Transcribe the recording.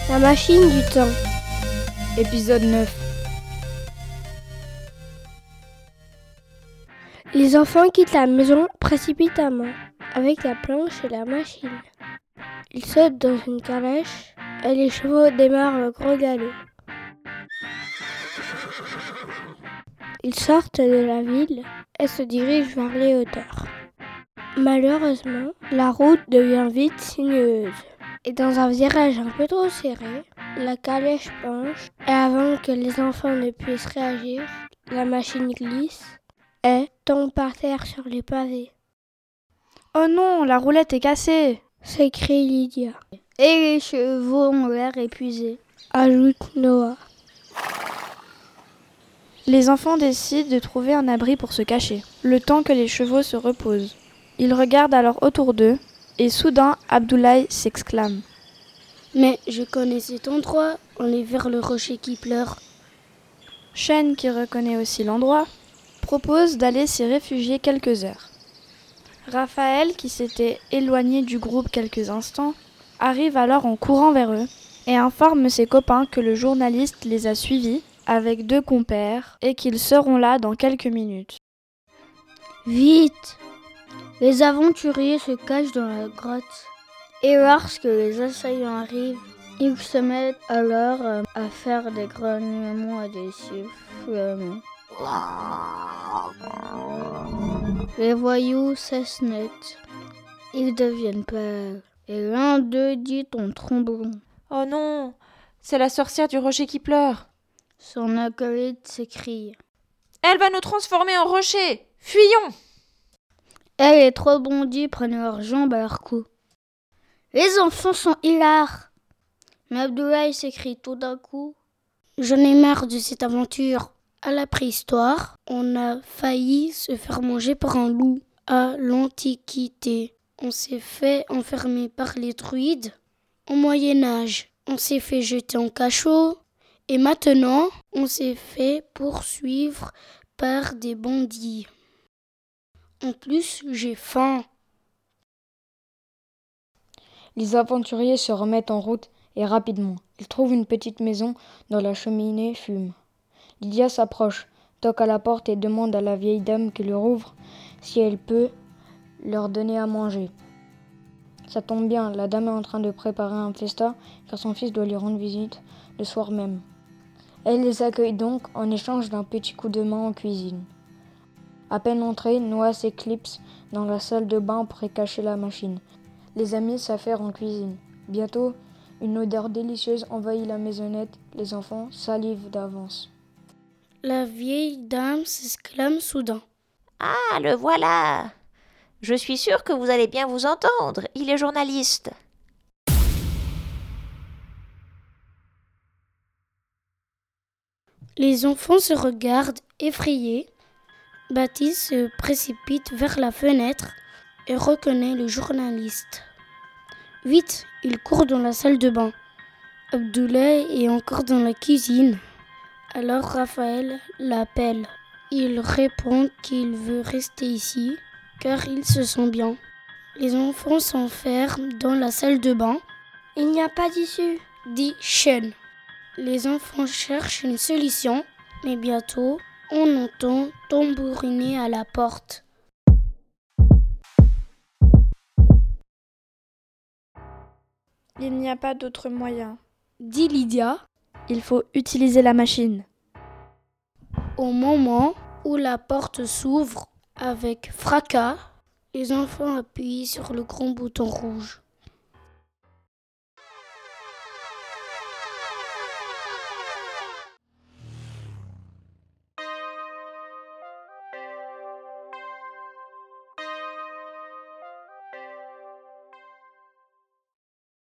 La machine du temps. Épisode 9. Les enfants quittent la maison précipitamment, avec la planche et la machine. Ils sautent dans une calèche et les chevaux démarrent le gros galop. Ils sortent de la ville et se dirigent vers les hauteurs. Malheureusement, la route devient vite sinueuse. Et dans un virage un peu trop serré, la calèche penche et avant que les enfants ne puissent réagir, la machine glisse et tombe par terre sur les pavés. « Oh non, la roulette est cassée !» s'écrie Lydia. Et les chevaux ont l'air épuisés, ajoute Noah. Les enfants décident de trouver un abri pour se cacher, le temps que les chevaux se reposent. Ils regardent alors autour d'eux, et soudain Abdoulaye s'exclame. « Mais je connais cet endroit, on est vers le rocher qui pleure. » Chêne, qui reconnaît aussi l'endroit, propose d'aller s'y réfugier quelques heures. Raphaël, qui s'était éloigné du groupe quelques instants, arrive alors en courant vers eux et informe ses copains que le journaliste les a suivis avec 2 compères et qu'ils seront là dans quelques minutes. Vite! Les aventuriers se cachent dans la grotte. Et lorsque les assaillants arrivent, ils se mettent alors à faire des grognements et des sifflements. Les voyous cessent net. Ils deviennent pâles. Et l'un d'eux dit en tremblant. « Oh non, c'est la sorcière du rocher qui pleure !» Son acolyte s'écrie. « Elle va nous transformer en rocher! Fuyons !» Elle et 3 bandits prennent leurs jambes à leur cou. Les enfants sont hilars. Mais Abdoulaye s'écrie tout d'un coup. J'en ai marre de cette aventure. À la préhistoire, on a failli se faire manger par un loup. À l'Antiquité, on s'est fait enfermer par les druides. Au Moyen-Âge, on s'est fait jeter en cachot. Et maintenant, on s'est fait poursuivre par des bandits. En plus, j'ai faim. Les aventuriers se remettent en route et rapidement. Ils trouvent une petite maison dont la cheminée fume. Lydia s'approche, toque à la porte et demande à la vieille dame qui leur ouvre si elle peut leur donner à manger. Ça tombe bien, la dame est en train de préparer un festin car son fils doit lui rendre visite le soir même. Elle les accueille donc en échange d'un petit coup de main en cuisine. À peine entré, Noah s'éclipse dans la salle de bain pour y cacher la machine. Les amis s'affairent en cuisine. Bientôt, une odeur délicieuse envahit la maisonnette. Les enfants salivent d'avance. La vieille dame s'exclame soudain. « Ah, le voilà! Je suis sûre que vous allez bien vous entendre. Il est journaliste. » Les enfants se regardent effrayés. Baptiste se précipite vers la fenêtre et reconnaît le journaliste. Vite, il court dans la salle de bain. Abdoulaye est encore dans la cuisine. Alors Raphaël l'appelle. Il répond qu'il veut rester ici car il se sent bien. Les enfants s'enferment dans la salle de bain. « Il n'y a pas d'issue », dit Sean. Les enfants cherchent une solution, mais bientôt, on entend tambouriner à la porte. « Il n'y a pas d'autre moyen, » dit Lydia. « Il faut utiliser la machine. » Au moment où la porte s'ouvre avec fracas, les enfants appuient sur le grand bouton rouge.